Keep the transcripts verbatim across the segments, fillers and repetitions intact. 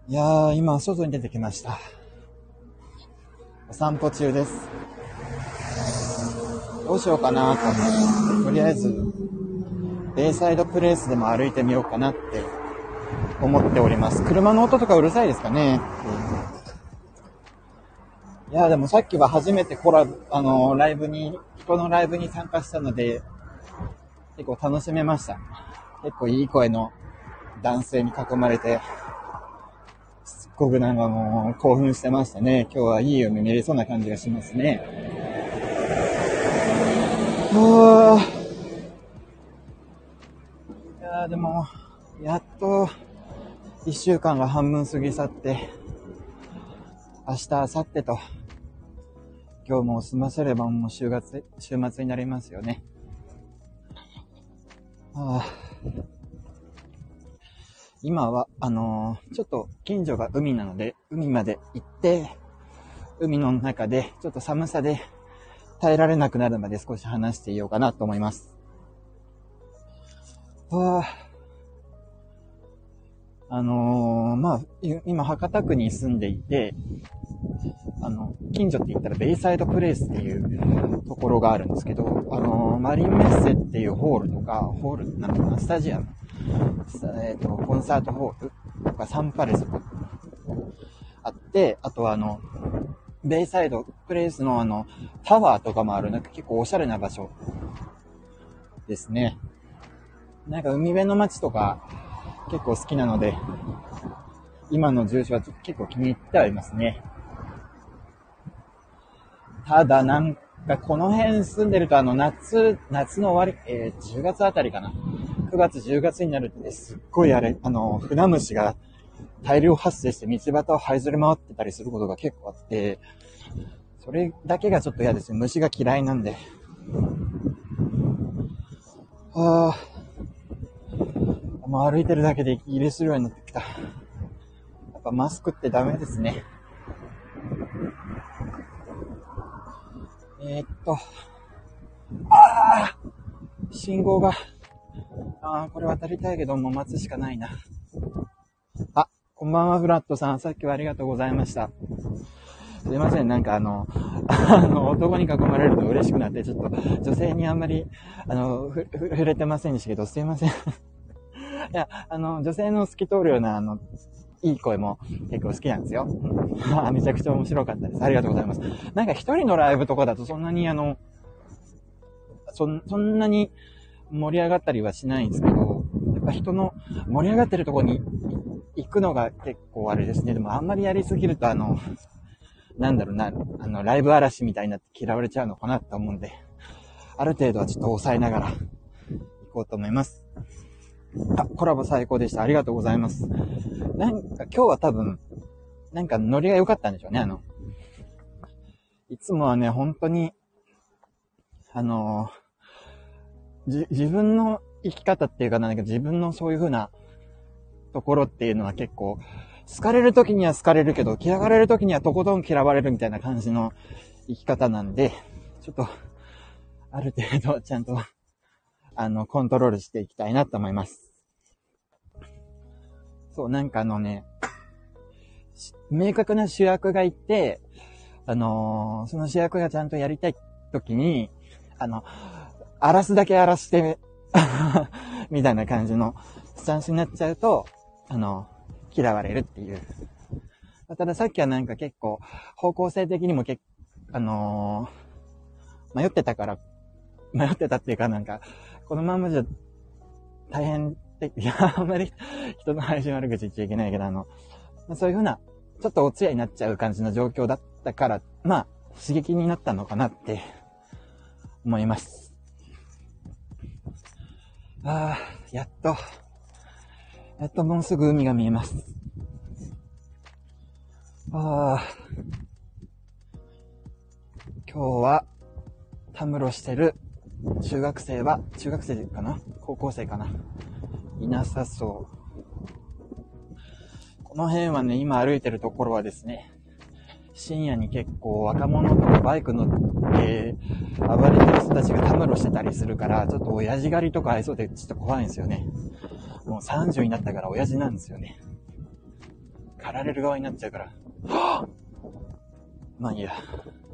いやー、今、外に出てきました。お散歩中です。どうしようかなと思って、とりあえず、ベイサイドプレイスでも歩いてみようかなって思っております。車の音とかうるさいですかね。いやー、でもさっきは初めてコラボ、あのー、ライブに、人のライブに参加したので、結構楽しめました。結構いい声の男性に囲まれて、すっごくなんかもう興奮してましたね。今日はいい夢見れそうな感じがしますね。あーいやーでも、やっと一週間が半分過ぎ去って、明日、明後日と、今日も済ませればもう週末、週末になりますよね。あ今は、あのー、ちょっと近所が海なので、海まで行って、海の中で、ちょっと寒さで耐えられなくなるまで少し話していようかなと思います。ああのー、まあ、今、博多区に住んでいて、あの、近所って言ったらベイサイドプレイスっていうところがあるんですけど、あのー、マリンメッセっていうホールとか、ホール、なんていうかな、スタジアム、えっと、コンサートホールとかサンパレスとかあって、あとはあの、ベイサイドプレイスのあの、タワーとかもある、なんか結構おしゃれな場所ですね。なんか海辺の街とか結構好きなので、今の住所は結構気に入ってはいますね。ただなんかこの辺住んでるとあの夏、夏の終わり、えー、じゅうがつあたりかな。くがつ、じゅうがつになるとね、すっごいあれ、あの、船虫が大量発生して道端を這いずり回ってたりすることが結構あって、それだけがちょっと嫌ですね。虫が嫌いなんで。ああ、もう歩いてるだけで息切れするようになってきた。やっぱマスクってダメですね。えー、っと、ああ、信号が、ああ、これ渡りたいけどもう待つしかないな。あ、こんばんは、フラットさん。さっきはありがとうございました。すいません、なんかあの、あの、男に囲まれると嬉しくなって、ちょっと女性にあんまり、あの、ふ、ふ、触れてませんでしたけど、すいません。いや、あの、女性の透き通るような、あの、いい声も結構好きなんですよ。めちゃくちゃ面白かったです。ありがとうございます。なんか一人のライブとかだとそんなにあの、そん、そんなに盛り上がったりはしないんですけど、やっぱ人の盛り上がってるところに行くのが結構あれですね。でもあんまりやりすぎるとあの、なんだろうな、あの、ライブ嵐みたいになって嫌われちゃうのかなと思うんで、ある程度はちょっと抑えながら行こうと思います。あ、コラボ最高でした。ありがとうございます。なんか今日は多分、なんかノリが良かったんでしょうね。あの、いつもはね、本当に、あのじ、自分の生き方っていうかなんか自分のそういう風なところっていうのは結構、好かれる時には好かれるけど、嫌われる時にはとことん嫌われるみたいな感じの生き方なんで、ちょっと、ある程度ちゃんと、あの、コントロールしていきたいなと思います。そう、なんかあのね、明確な主役がいて、あのー、その主役がちゃんとやりたい時に、あの、荒らすだけ荒らして、みたいな感じのスタンスになっちゃうと、あの、嫌われるっていう。たださっきはなんか結構、方向性的にも結構、あのー、迷ってたから、迷ってたっていうかなんか、このままじゃ大変って、いや、あんまり人の配信悪口言っちゃいけないけど、あの、そういう風な、ちょっとお通夜になっちゃう感じの状況だったから、まあ、刺激になったのかなって思います。ああ、やっと、やっともうすぐ海が見えます。ああ、今日は、たむろしてる中学生は、中学生かな？高校生かな？いなさそう。この辺はね、今歩いてるところはですね、深夜に結構若者とかバイク乗って暴れてる人たちがたむろしてたりするから、ちょっと親父狩りとかありそうでちょっと怖いんですよね。もうさんじゅうになったから親父なんですよね。 駆られる側になっちゃうから。はぁまあいいや。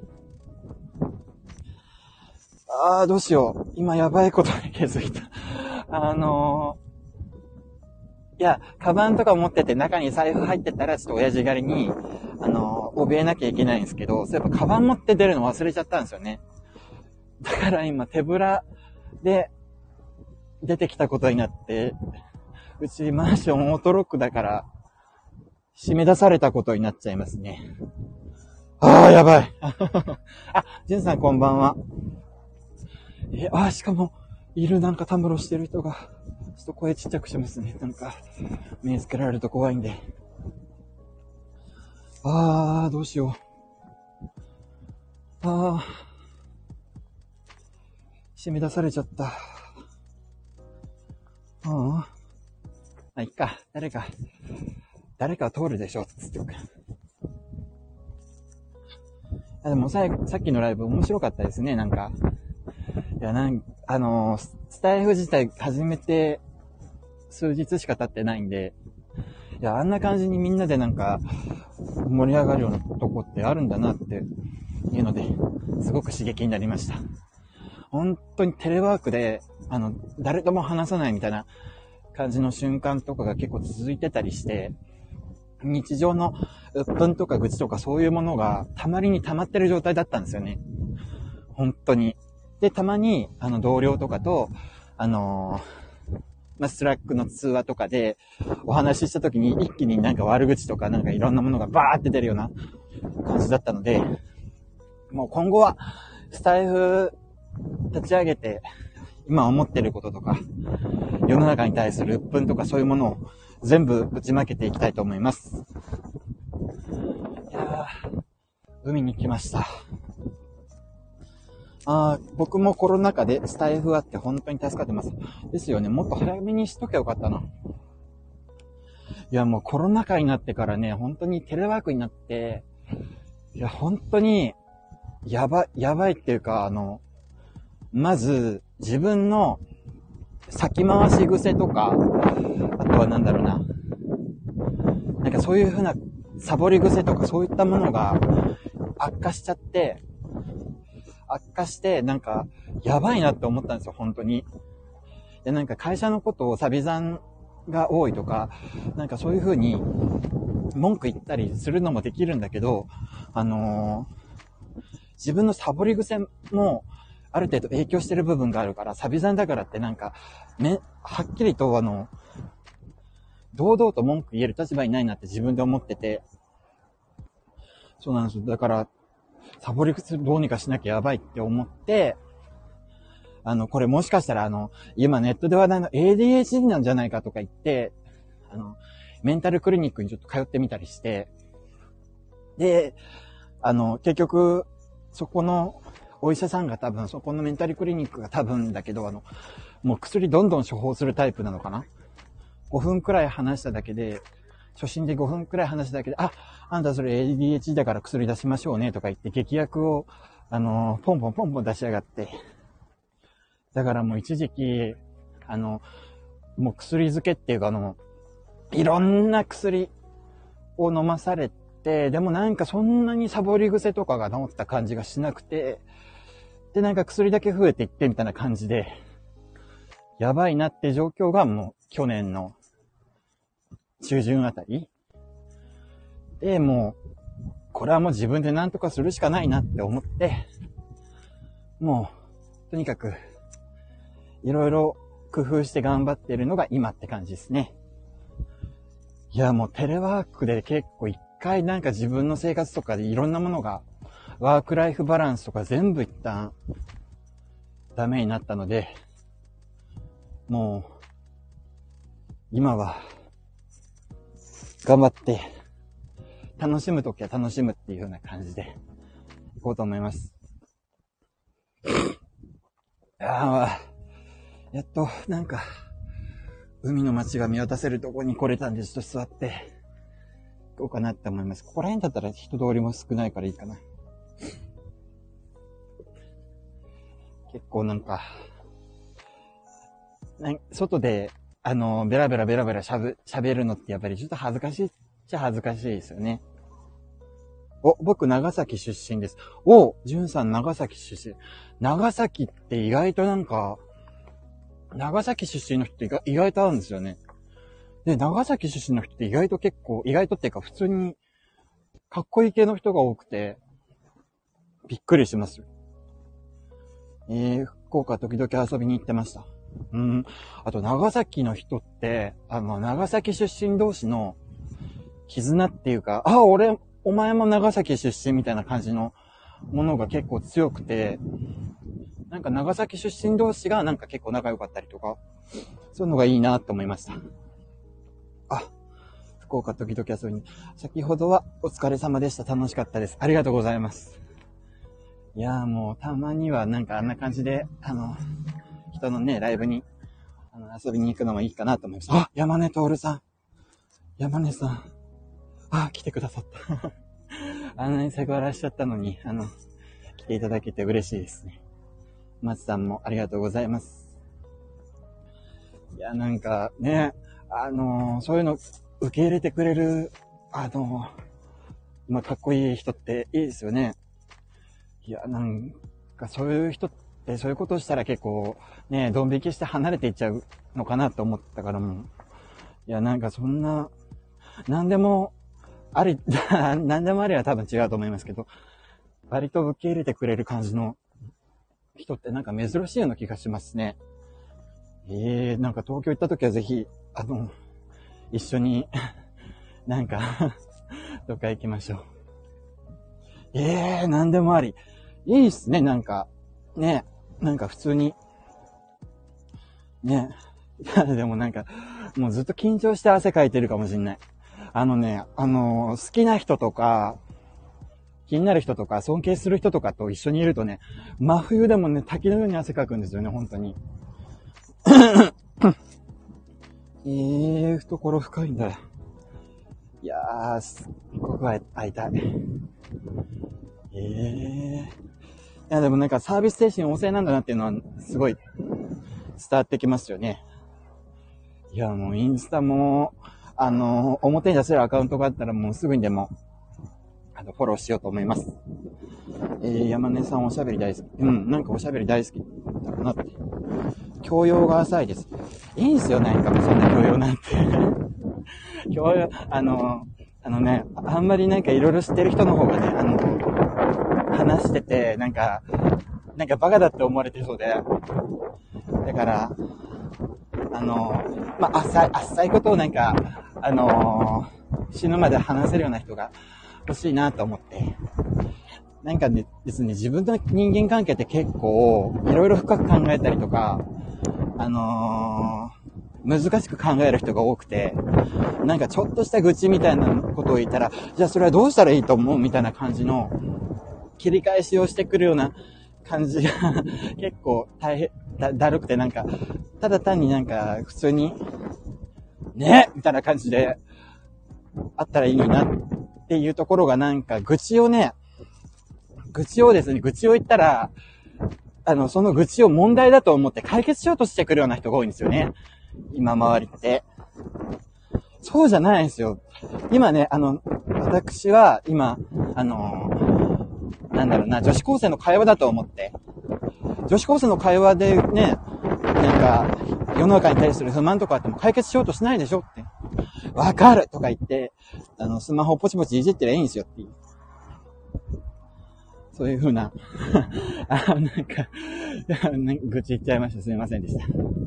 あー、どうしよう。今やばいことに気づいた。あのー、いや、カバンとか持ってて中に財布入ってたらちょっと親父狩りに、あのー、怯えなきゃいけないんですけど、そういえばカバン持って出るの忘れちゃったんですよね。だから今手ぶらで出てきたことになって、うちマンションオートロックだから締め出されたことになっちゃいますね。あー、やばい。あ、ジュンさんこんばんは。え、あ、しかも、いるなんかたむろしてる人が、ちょっと声ちっちゃくしますね。なんか、目つけられると怖いんで。あー、どうしよう。あー、締め出されちゃった。あー。あ、いっか。誰か、誰か通るでしょ、つっておく。あ、でもさ、さっきのライブ面白かったですね、なんか。いや、なん、あのー、スタイフ自体始めて数日しか経ってないんで、いや、あんな感じにみんなでなんか盛り上がるようなとこってあるんだなっていうので、すごく刺激になりました。本当にテレワークで、あの、誰とも話さないみたいな感じの瞬間とかが結構続いてたりして、日常の鬱憤とか愚痴とかそういうものがたまりに溜まってる状態だったんですよね。本当に。で、たまに、あの、同僚とかと、あのー、まあ、スラックの通話とかでお話しした時に一気になんか悪口とかなんかいろんなものがバーって出るような感じだったので、もう今後はスタイフ立ち上げて今思ってることとか世の中に対する鬱憤とかそういうものを全部ぶちまけていきたいと思います。いやー、海に来ました。あー、僕もコロナ禍でスタイフあって本当に助かってます。ですよね。もっと早めにしとけばよかったな。いや、もうコロナ禍になってからね、本当にテレワークになって、いや、本当に、やばい、やばいっていうか、あの、まず、自分の先回し癖とか、あとはなんだろうな。なんかそういう風なサボり癖とかそういったものが悪化しちゃって、悪化して、なんか、やばいなって思ったんですよ、本当に。で、なんか会社のことをサビ残が多いとか、なんかそういう風に文句言ったりするのもできるんだけど、あのー、自分のサボり癖もある程度影響してる部分があるから、サビ残だからってなんか、ね、はっきりとあの、堂々と文句言える立場にないなって自分で思ってて、そうなんですよ。だから、サボり癖どうにかしなきゃやばいって思って、あの、これもしかしたらあの、今ネットで話題の エーディーエイチディー なんじゃないかとか言って、あの、メンタルクリニックにちょっと通ってみたりして、で、あの、結局、そこのお医者さんが多分、そこのメンタルクリニックが多分だけど、あの、もう薬どんどん処方するタイプなのかな ?ご 分くらい話しただけで、初診でごふんくらい話しただけで、あ、あんたそれ エーディーエイチディー だから薬出しましょうねとか言って劇薬を、あの、ポンポンポンポン出しやがって。だからもう一時期、あの、もう薬漬けっていうかあの、いろんな薬を飲まされて、でもなんかそんなにサボり癖とかが治った感じがしなくて、でなんか薬だけ増えていってみたいな感じで、やばいなって状況がもう去年の中旬あたりで、もうこれはもう自分で何とかするしかないなって思って、もうとにかくいろいろ工夫して頑張ってるのが今って感じですね。いやもうテレワークで結構一回なんか自分の生活とかでいろんなものがワークライフバランスとか全部一旦ダメになったので、もう今は頑張って楽しむときは楽しむっていうような感じでいこうと思います。ああ、やっとなんか海の街が見渡せるとこに来れたんで、ちょっと座って行こうかなって思います。ここら辺だったら人通りも少ないからいいかな。結構なんか、なん外で、あの、ベラベラベラベラしゃべ、しゃべるのってやっぱりちょっと恥ずかしいちゃ恥ずかしいですよね。お、僕長崎出身です。お、じゅんさん長崎出身。長崎って意外となんか、長崎出身の人って意外とあるんですよね。で、長崎出身の人って意外と結構、意外とっていうか普通にかっこいい系の人が多くて、びっくりします。えー、福岡時々遊びに行ってました。うん。あと長崎の人って、あの、長崎出身同士の絆っていうか、あ、俺、お前も長崎出身みたいな感じのものが結構強くて、なんか長崎出身同士がなんか結構仲良かったりとか、そういうのがいいなと思いました。あ、福岡時々遊びに。先ほどはお疲れ様でした。楽しかったです。ありがとうございます。いやーもうたまにはなんかあんな感じで、あの、人のね、ライブにあの遊びに行くのもいいかなと思います。あ、山根徹さん。山根さん。あ、来てくださった。あんなにセクハラしちゃったのに、あの、来ていただけて嬉しいですね。松さんもありがとうございます。いや、なんかね、あのー、そういうの受け入れてくれる、あのー、まあ、かっこいい人っていいですよね。いや、なんかそういう人ってそういうことをしたら結構ね、ドン引きして離れていっちゃうのかなと思ったからもう、いや、なんかそんな、なんでも、あり、何でもありは多分違うと思いますけど、割と受け入れてくれる感じの人ってなんか珍しいような気がしますね。えー、なんか東京行った時はぜひ、あの、一緒に、なんか、どっか行きましょう。えー、何でもあり。いいっすね、なんか。ね、なんか普通に。ね。いや、でもなんか、もうずっと緊張して汗かいてるかもしんない。あのね、あのー、好きな人とか、気になる人とか、尊敬する人とかと一緒にいるとね、真冬でもね、滝のように汗かくんですよね、本当に。えー、懐深いんだ。いやー、すっごく会いたい。えー。いや、でもなんかサービス精神旺盛なんだなっていうのは、すごい、伝わってきますよね。いや、もうインスタも、あの、表に出せるアカウントがあったらもうすぐにでも、あの、フォローしようと思います。えー、山根さんおしゃべり大好き。うん、なんかおしゃべり大好きだろうなって。教養が浅いです。いいんすよ、なんかもうそんな教養なんて。教養、あの、あのね、あんまりなんかいろいろ知ってる人の方がね、あの、話してて、なんか、なんかバカだって思われてそうで。だから、あの、まあ、浅い、浅いことをなんか、あのー、死ぬまで話せるような人が欲しいなと思って。なんかね、ですね、自分の人間関係って結構、いろいろ深く考えたりとか、あのー、難しく考える人が多くて、なんかちょっとした愚痴みたいなことを言ったら、じゃあそれはどうしたらいいと思うみたいな感じの、切り返しをしてくるような感じが、結構大変、だ、だるくてなんか、ただ単になんか普通に、ねみたいな感じで、あったらいいなっていうところがなんか愚痴をね、愚痴をですね、愚痴を言ったら、あの、その愚痴を問題だと思って解決しようとしてくるような人が多いんですよね。今周りって。そうじゃないんですよ。今ね、あの、私は今、あの、なんだろうな、女子高生の会話だと思って、女子高生の会話でね、なんか、世の中に対する不満とかあっても解決しようとしないでしょって。わかるとか言って、あの、スマホをポチポチいじってりゃいいんですよっていう。そういう風な、あ、なんか、愚痴言っちゃいました。すみませんでした。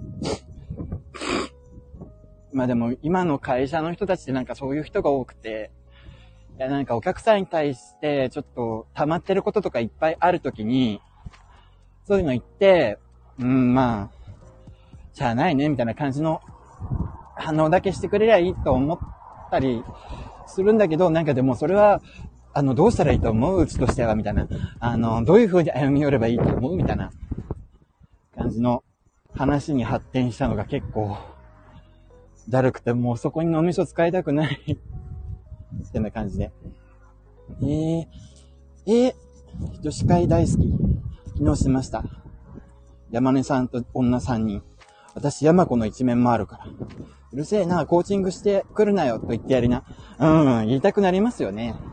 まあでも、今の会社の人たちってなんかそういう人が多くて、いやなんかお客さんに対してちょっと溜まってることとかいっぱいあるときに、そういうの言って、うん、まあ、しゃあないね、みたいな感じの反応だけしてくれりゃいいと思ったりするんだけど、なんかでもそれは、あの、どうしたらいいと思ううちとしては、みたいな。あの、どういう風に歩み寄ればいいと思うみたいな感じの話に発展したのが結構、だるくて、もうそこに脳みそ使いたくない。ってな感じで。えー、えー、女子会大好き。昨日しました。山根さんと女さんにん。私山子の一面もあるから。うるせえな、コーチングしてくるなよと言ってやりな。 うん、言いたくなりますよね。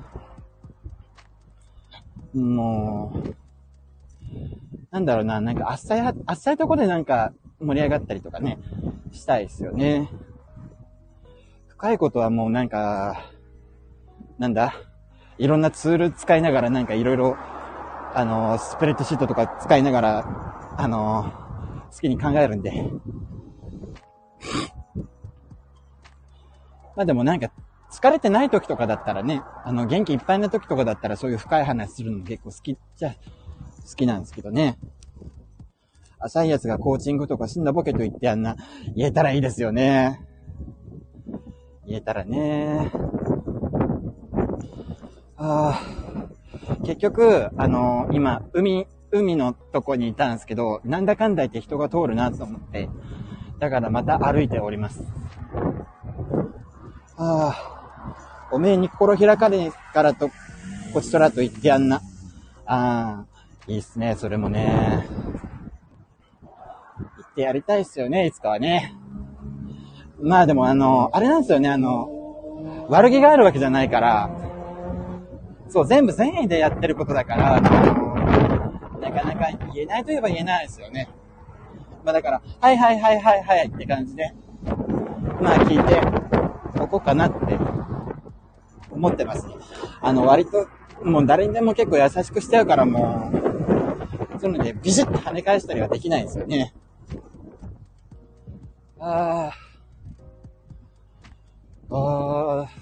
もう、なんだろうな、なんか浅い、浅いとこでなんか盛り上がったりとかね、したいですよね。深いことはもうなんか、なんだ、いろんなツール使いながらなんかいろいろ、あの、スプレッドシートとか使いながら、あの、好きに考えるんで。まあでもなんか、疲れてない時とかだったらね、あの、元気いっぱいな時とかだったらそういう深い話するのも結構好きじゃ、好きなんですけどね。浅いやつがコーチングとかすんだボケと言ってあんな、言えたらいいですよね。言えたらね。ああ、結局、あのー、今、海、海のとこにいたんですけど、なんだかんだ言って人が通るなと思って、だからまた歩いております。ああ、おめえに心開かれからと、こちとらと言ってやんな。ああ、いいっすね、それもね。言ってやりたいっすよね、いつかはね。まあでもあの、あれなんですよね、あの、悪気があるわけじゃないから、そう、全部善意でやってることだから、なかなか言えないといえば言えないですよね。まあだから、はいはいはいはいはいって感じで、まあ聞いておこうかなって思ってます。あの、割と、もう誰にでも結構優しくしちゃうからもう、そういうのでビシッと跳ね返したりはできないんですよね。あー、あー、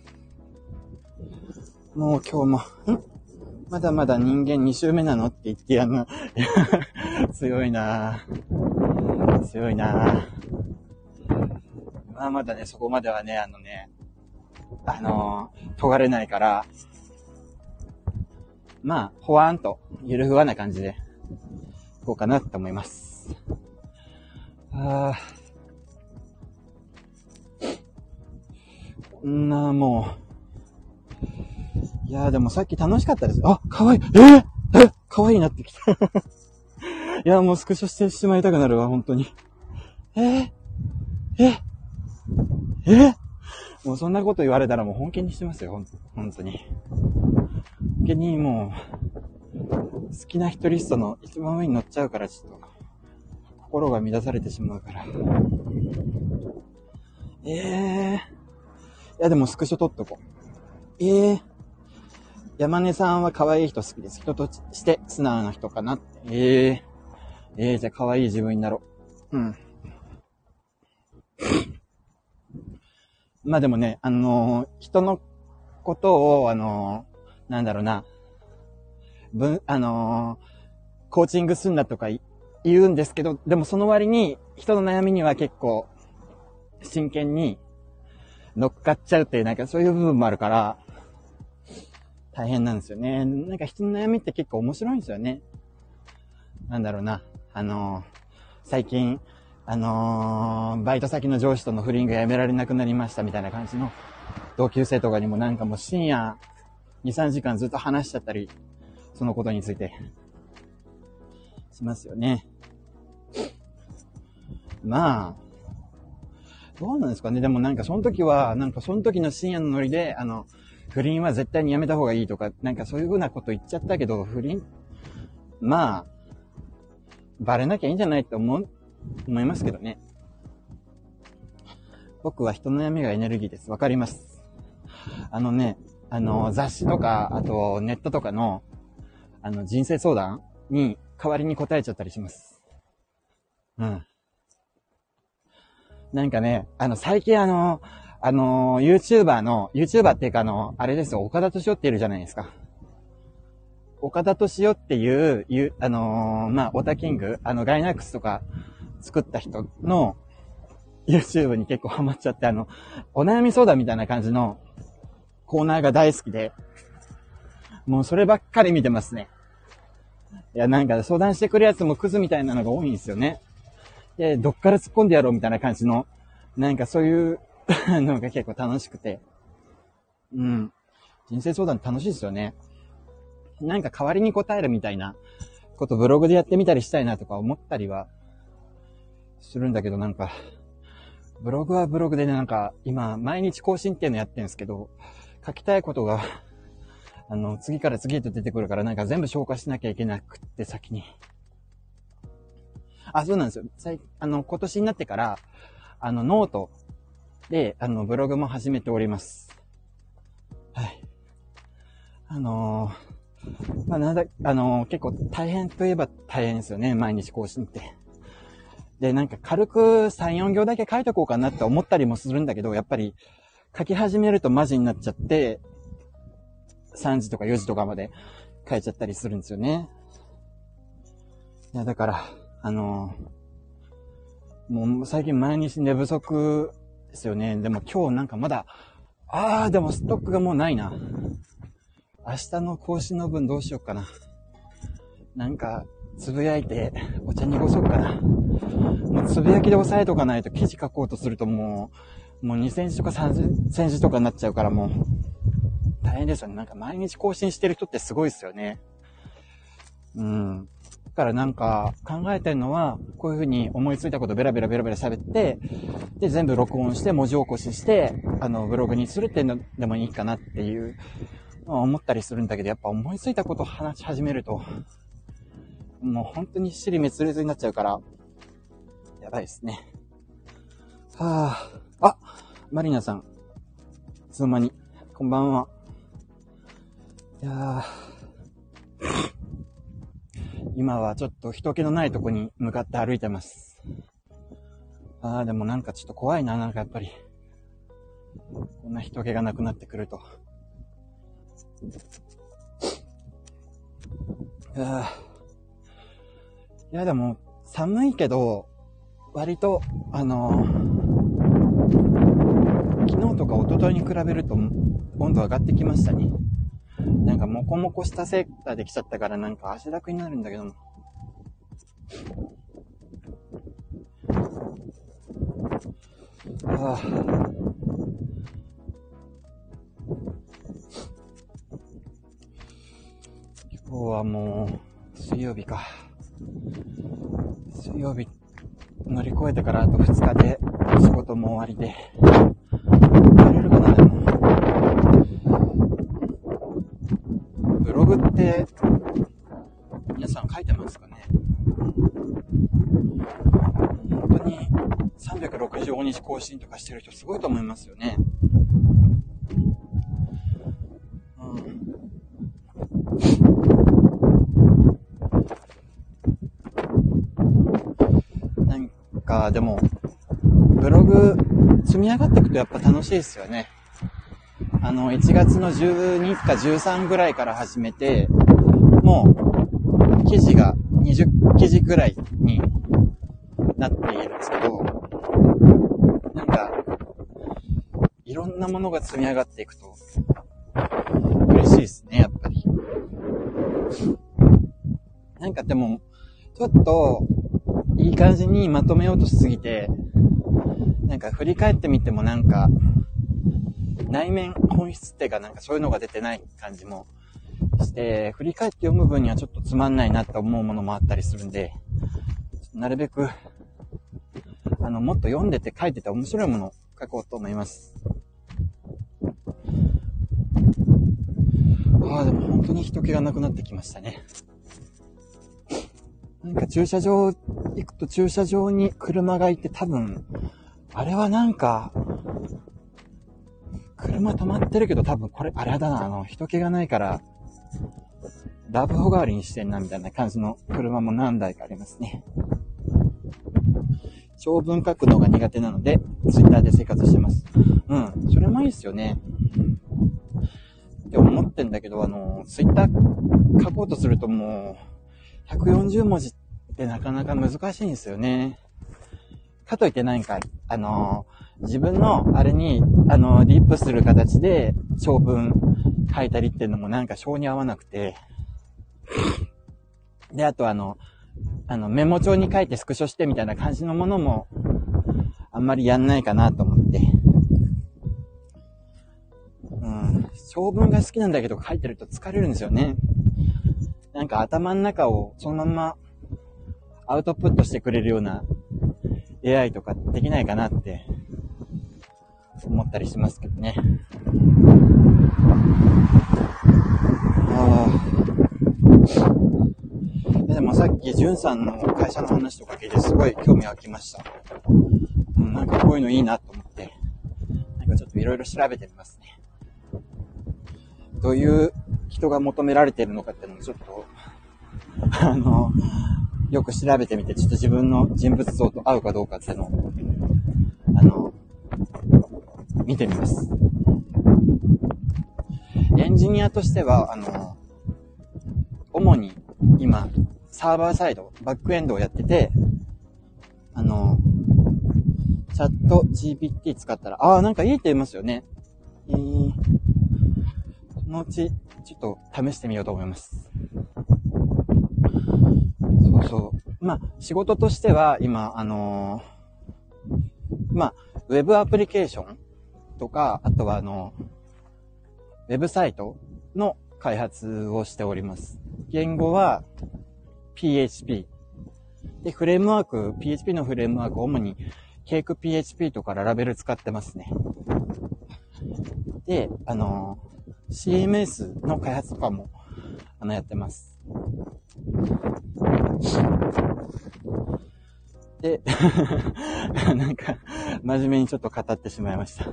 もう今日も、んまだまだ人間に週目なのって言ってやんな。強いなぁ。強いなぁ。まあまだね、そこまではね、あのね、あのー、尖れないから、まあ、ほわーんと、ゆるふわな感じで、いこうかなって思います。あー。んなもう、いやーでもさっき楽しかったです。あ、かわいい。えー、えかわいいなってきた。いやーもうスクショしてしまいたくなるわ、本当に。えー、えー、えー、もうそんなこと言われたらもう本気にしてますよ、ほん本当に。本気にもう、好きな人リストの一番上に乗っちゃうから、ちょっと、心が乱されてしまうから。ええー。いやでもスクショ撮っとこう。ええー。山根さんは可愛い人好きです。人として素直な人かな。ええー。ええー、じゃあ可愛い自分になろう。うん。まあでもね、あのー、人のことを、あのー、なんだろうな、ぶあのー、コーチングすんなとか言うんですけど、でもその割に人の悩みには結構真剣に乗っかっちゃうっていう、なんかそういう部分もあるから、大変なんですよね。なんか人の悩みって結構面白いんですよね。なんだろうな、あのー、最近、あのー、バイト先の上司との不倫がやめられなくなりましたみたいな感じの同級生とかにもなんかもう深夜に、さんじかんずっと話しちゃったり、そのことについてしますよね。まあ、どうなんですかね。でもなんかその時は、なんかその時の深夜のノリで、あの、不倫は絶対にやめた方がいいとか、なんかそういう風なこと言っちゃったけど、不倫、まあ、バレなきゃいいんじゃないって思う、思いますけどね。僕は人の悩みがエネルギーです。わかります。あのね、あの、雑誌とか、あとネットとかの、あの、人生相談に代わりに答えちゃったりします。うん。なんかね、あの、最近あの、あの、YouTuber の、YouTuber っていうかあの、あれですよ、岡田敏夫っているじゃないですか。岡田敏夫っていう、いうあのー、まあ、オタキング、あの、ガイナックスとか作った人の YouTube に結構ハマっちゃって、あの、お悩み相談みたいな感じのコーナーが大好きで、もうそればっかり見てますね。いや、なんか相談してくるやつもクズみたいなのが多いんですよね。で、どっから突っ込んでやろうみたいな感じの、なんかそういうのが結構楽しくて。うん。人生相談楽しいですよね。なんか代わりに答えるみたいなことブログでやってみたりしたいなとか思ったりはするんだけど、なんか、 ブログはブログでね、なんか、今、毎日更新っていうのやってるんですけど、書きたいことが、あの、次から次へと出てくるから、なんか全部消化しなきゃいけなくって、先に。あ、そうなんですよ。最あの、今年になってから、あの、ノートで、あの、ブログも始めております。はい。あのー、まあ、なんだ、あのー、結構大変といえば大変ですよね、毎日更新って。で、なんか軽くさん、よん行だけ書いとこうかなって思ったりもするんだけど、やっぱり書き始めるとマジになっちゃって、さんじとかよじとかまで書いちゃったりするんですよね。いや、だから、あのー、もう最近毎日寝不足ですよね。でも今日なんかまだ、あー、でもストックがもうないな。明日の更新の分どうしようかな。なんか、つぶやいて、お茶濁そうかな。もうつぶやきで押さえとかないと記事書こうとするともう、もうにセンチとかさんセンチとかになっちゃうからもう、大変ですよね。なんか毎日更新してる人ってすごいですよね。うん。だからなんか考えてるのは、こういう風に思いついたことベラベラベラベラ喋って、で、全部録音して文字起こしして、あの、ブログにするっていうのでもいいかなっていう思ったりするんだけど、やっぱ思いついたことを話し始めると、もう本当に尻滅裂になっちゃうから、やばいですね。はぁ、あ、マリナさん、いつの間に、こんばんは。いやー、今はちょっと人気のないとこに向かって歩いてます。あー、でもなんかちょっと怖いな、なんかやっぱり。こんな人気がなくなってくると。いやいやでも寒いけど割とあのー、昨日とか一昨日に比べると温度上がってきましたね。なんかモコモコしたセーターできちゃったからなんか汗だくになるんだけども。ああ。今日はもう水曜日か。水曜日乗り越えてからあとふつかで仕事も終わりで。やれるかなでも。ブログって皆さん書いてますかね。本当にさんびゃくろくじゅうごにち更新とかしてる人すごいと思いますよね。でもブログ積み上がっていくとやっぱ楽しいですよね。あのいちがつのじゅうにかじゅうさんぐらいから始めて、もう記事がにじゅっきじぐらいになっているんですけど、なんかいろんなものが積み上がっていくと嬉しいですね、やっぱり。なんかでもちょっといい感じにまとめようとしすぎて、なんか振り返ってみてもなんか内面本質っていうかなんかそういうのが出てない感じもして、振り返って読む分にはちょっとつまんないなって思うものもあったりするんで、なるべくあのもっと読んでて書いてて面白いものを書こうと思います。ああ、でも本当に人気がなくなってきましたね。なんか駐車場行くと駐車場に車がいて、多分あれはなんか車止まってるけど多分これあれだな、あの人気がないからラブホ代わりにしてんなみたいな感じの車も何台かありますね。長文書くのが苦手なのでツイッターで生活してます。うん、それもいいですよねって思ってんだけど、あのツイッター書こうとするともうひゃくよんじゅうもじってなかなか難しいんですよね。かといって何かあの自分のあれにあのリップする形で長文書いたりっていうのもなんか性に合わなくて、であとあのあのメモ帳に書いてスクショしてみたいな感じのものもあんまりやんないかなと思って、うん、長文が好きなんだけど書いてると疲れるんですよね。なんか頭の中をそのままアウトプットしてくれるような エーアイ とかできないかなって思ったりしますけどね。あでもさっきじゅんさんの会社の話とか聞いてすごい興味湧きました。うん、なんかこういうのいいなと思って、なんかちょっといろいろ調べてみますね。どういう人が求められているのかっていうのもちょっとあのよく調べてみて、ちょっと自分の人物像と合うかどうかっていうのをあの見てみます。エンジニアとしてはあの主に今サーバーサイドバックエンドをやってて、あのチャット ジーピーティー 使ったらああなんかいいって言いますよね。えー、そのうちちょっと試してみようと思います。そうそう。まあ仕事としては今あのー、まあウェブアプリケーションとか、あとはあのウェブサイトの開発をしております。言語は ピーエイチピー で、フレームワーク ピーエイチピー のフレームワーク主にケーク ピーエイチピー とかララベル使ってますね。で、あの シーエムエス の開発とかもあのやってます。でなんか真面目にちょっと語ってしまいました。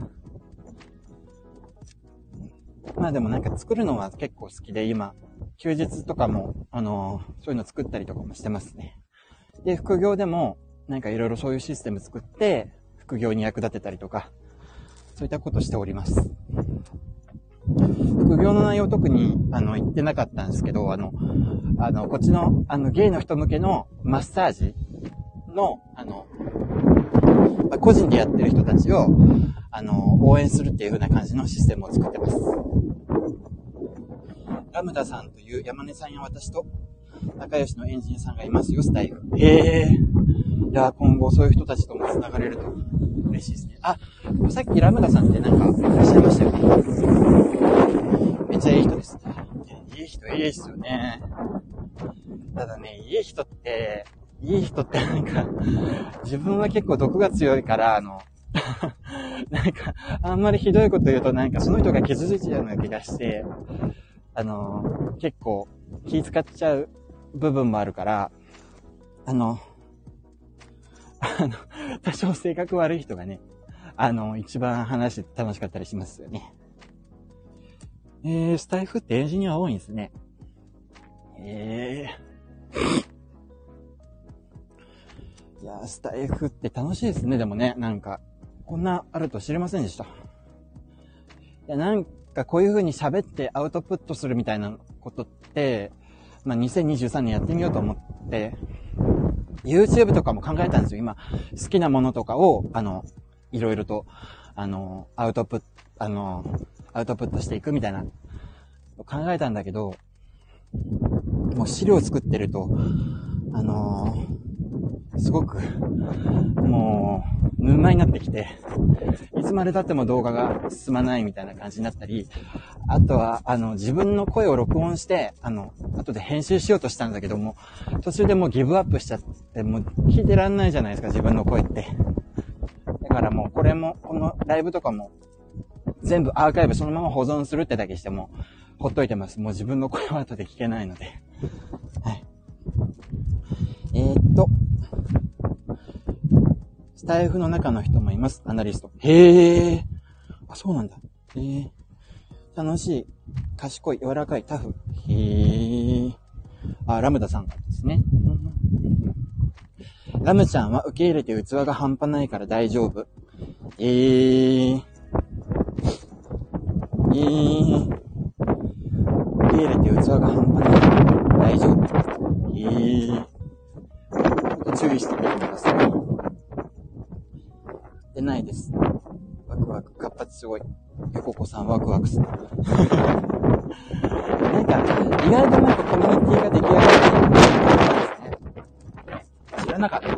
まあでもなんか作るのは結構好きで、今休日とかもあのそういうの作ったりとかもしてますね。で副業でもなんかいろいろそういうシステム作って副業に役立てたりとか、そういったことしております。副業の内容特にあの言ってなかったんですけど、あのあのこっちのあのゲイの人向けのマッサージのあの、まあ、個人でやってる人たちをあの応援するっていう風な感じのシステムを作ってます。ラムダさんという山根さんや私と仲良しのエンジニアさんがいますよ、スタイフ。へー。いや今後そういう人たちとも繋がれると嬉しいですね。あ、さっきラムダさんってなんかいらっしゃいましたよね。めっちゃいい人です。いい人いいですよね。ただね、いい人っていい人ってなんか自分は結構毒が強いからあのなんかあんまりひどいこと言うとなんかその人が傷ついちゃうような気がして、あの結構気使っちゃう部分もあるから、あのあの多少性格悪い人がね、あの一番話して楽しかったりしますよね。えー、スタイフってエンジニア多いんですね。えー、いやスタイフって楽しいですね。でもね、なんかこんなあると知りませんでした。いやなんかこういう風に喋ってアウトプットするみたいなことって、まあ、にせんにじゅうさんねんやってみようと思って YouTube とかも考えたんですよ。今好きなものとかをあのいろいろとあのアウトプットあのアウトプットしていくみたいな考えたんだけど、もう資料作ってるとあのー、すごくもう沼になってきて、いつまで経っても動画が進まないみたいな感じになったり、あとはあの自分の声を録音してあの後で編集しようとしたんだけども、途中でもうギブアップしちゃって、もう聞いてらんないじゃないですか、自分の声って。だからもうこれもこのライブとかも全部アーカイブそのまま保存するってだけしてもほっといてます。もう自分の声は後で聞けないので。はい。えー、っとスタイフの中の人もいます。アナリスト。へー。あ、そうなんだ。へー。楽しい、賢い、柔らかい、タフ。へー。あ、ラムダさんですね。うん、ラムちゃんは受け入れて器が半端ないから大丈夫。えー。えー。受け入れて器が半端ないから大丈夫。えー。ちょっと注意してみてください。でないです。ワクワク、活発すごい。横子さんワクワクする。なんか、意外となんかコミュニティが出来上がってるんですね。知らなかった。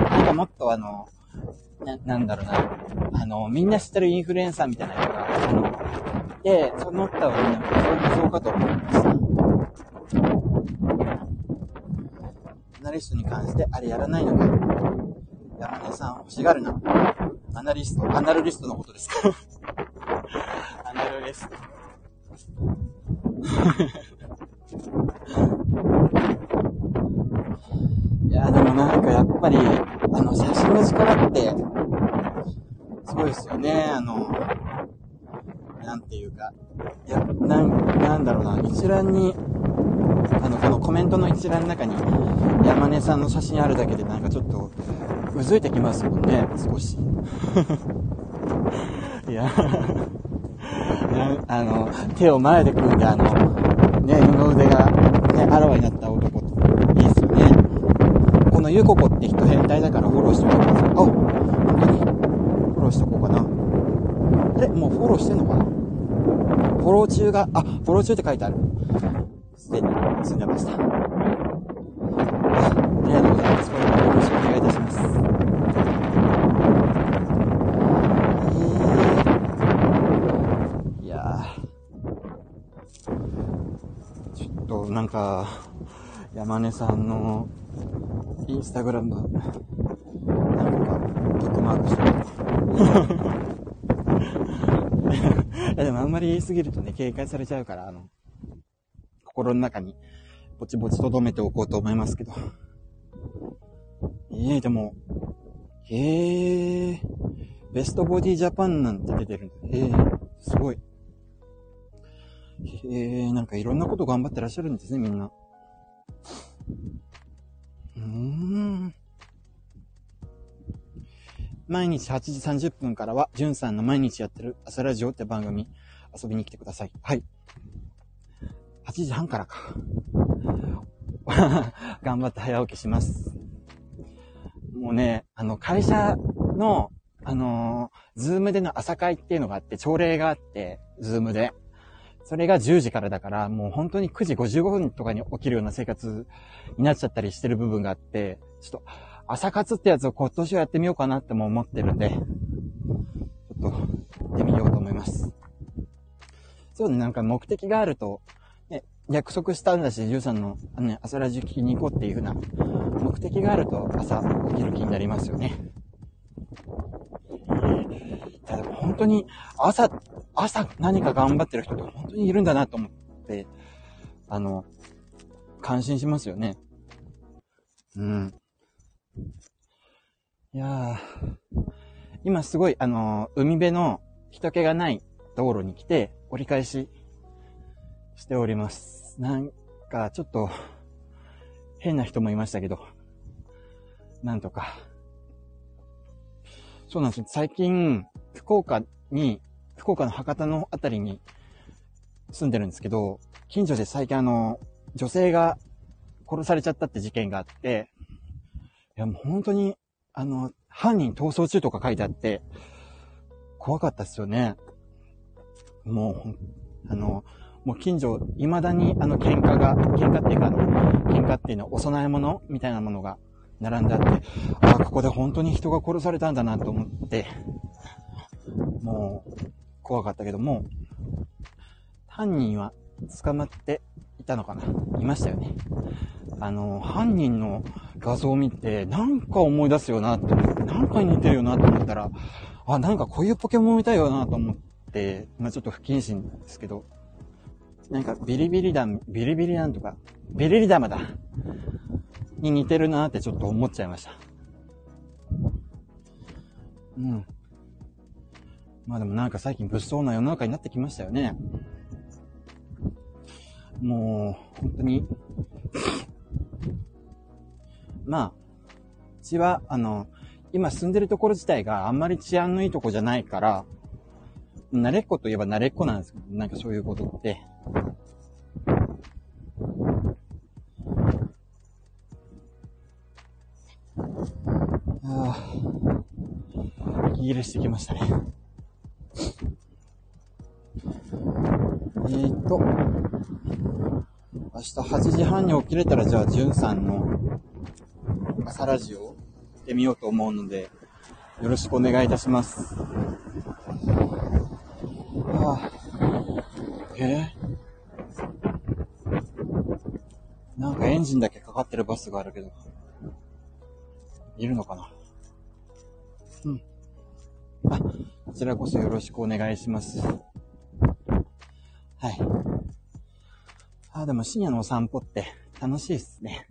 なんかもっとあの、な、なんだろうな。あの、みんな知ってるインフルエンサーみたいな人が、あの、で、その他はみんな、そうかと思いました。アナリストに関してあれやらないのか。山根さん欲しがるな。 アナリスト、アナルリストのことですかアナルリスト。いや、でもなんかやっぱり、あの、写真の力って、すごいですよね。あの、なんていうか、いや、なん、なんだろうな、一覧に、あの、このコメントの一覧の中に、山根さんの写真あるだけでなんかちょっと、うずいてきますもんね、少し。いや、あの、手を前で組んで、あの、ね、二の腕が、ね、あらわになった男、いいっすよね。このゆここって人変態だからフォローしておいてください。あ、本当にフォローしとこうかな。あれもうフォローしてんのかな。フォロー中が、あ、フォロー中って書いてある。すでに済んでました。ありがとうございます。これからよろしくお願いいたします。えー、いやー、ちょっとなんか、山根さんのインスタグラム、なんかブックマークしてる。いやでもあんまり言いすぎるとね、警戒されちゃうから、あの、心の中にぼちぼち留めておこうと思いますけど。えー、でも、へー、ベストボディジャパンなんて出てるんだ。へー、すごい。へー、なんかいろんなこと頑張ってらっしゃるんですね、みんな。うーん。毎日はちじさんじゅっぷんからは、じゅんさんの毎日やってる朝ラジオって番組遊びに来てください。はい。はちじはんからか。頑張って早起きします。もうね、あの、会社の、あのー、ズームでの朝会っていうのがあって、朝礼があって、ズームで。それがじゅうじからだから、もう本当にくじごじゅうごふんとかに起きるような生活になっちゃったりしてる部分があって、ちょっと、朝活ってやつを今年はやってみようかなっても思ってるんで、ちょっと、やってみようと思います。そうね、なんか目的があると、ね、約束したんだし、じゅうさんの、あのね、朝ラジオ聞きに行こうっていう風な、目的があると朝起きる気になりますよね。ただ本当に、朝、朝何か頑張ってる人って本当にいるんだなと思って、あの、感心しますよね。うん。いやー、今すごい、あの、海辺の人気がない道路に来て、折り返ししております。なんか、ちょっと、変な人もいましたけど、なんとか。そうなんですよ。最近、福岡に、福岡の博多のあたりに住んでるんですけど、近所で最近あの、女性が殺されちゃったって事件があって、いやもう本当に、あの、犯人逃走中とか書いてあって、怖かったですよね。もう、あの、もう近所、未だにあの喧嘩が、喧嘩っていうかあの、喧嘩っていうのはお供え物みたいなものが並んであって、ああ、ここで本当に人が殺されたんだなと思って、もう、怖かったけども、犯人は捕まっていたのかな？いましたよね。あの、犯人の画像を見て、なんか思い出すよなと思って、なんかに似てるよなと思ったら、あ、なんかこういうポケモン見たいよなと思って、まあちょっと不謹慎ですけど、なんかビリビリダン、ビリビリなんとか、ビリリダマだに似てるなってちょっと思っちゃいました。うん。まあでもなんか最近物騒な世の中になってきましたよね。もう、本当に。まあ、うちは、あの、今住んでるところ自体があんまり治安のいいとこじゃないから、慣れっこといえば慣れっこなんですけど、なんかそういうことって。ああ、息切れしてきましたね。えーと、明日はちじはんに起きれたら、じゃあ、じゅんさんの朝ラジオをしてみようと思うので、よろしくお願いいたします。ああ、えー、なんかエンジンだけかかってるバスがあるけど、いるのかな？うん。 あ、こちらこそよろしくお願いします。はい。あ、でも深夜のお散歩って楽しいっすね。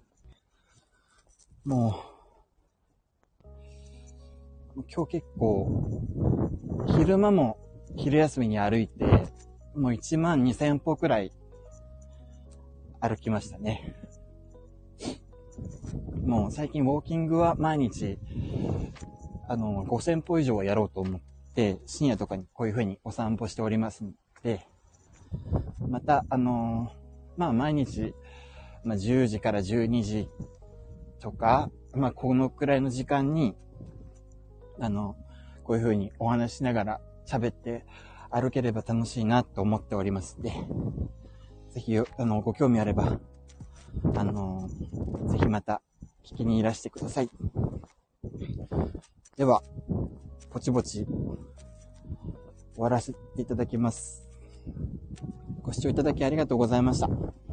もう、今日結構、昼間も昼休みに歩いて、もういちまんにせん歩くらい歩きましたね。もう最近ウォーキングは毎日、あの、ごせん歩以上はやろうと思って、深夜とかにこういう風にお散歩しておりますので、また、あのー、まあ毎日、まあじゅうじからじゅうにじとか、まあこのくらいの時間に、あの、こういう風にお話しながら喋って歩ければ楽しいなと思っておりますので、ぜひ、あの、ご興味あれば、あのー、ぜひまた聞きにいらしてください。では、ぼちぼち終わらせていただきます。ご視聴いただきありがとうございました。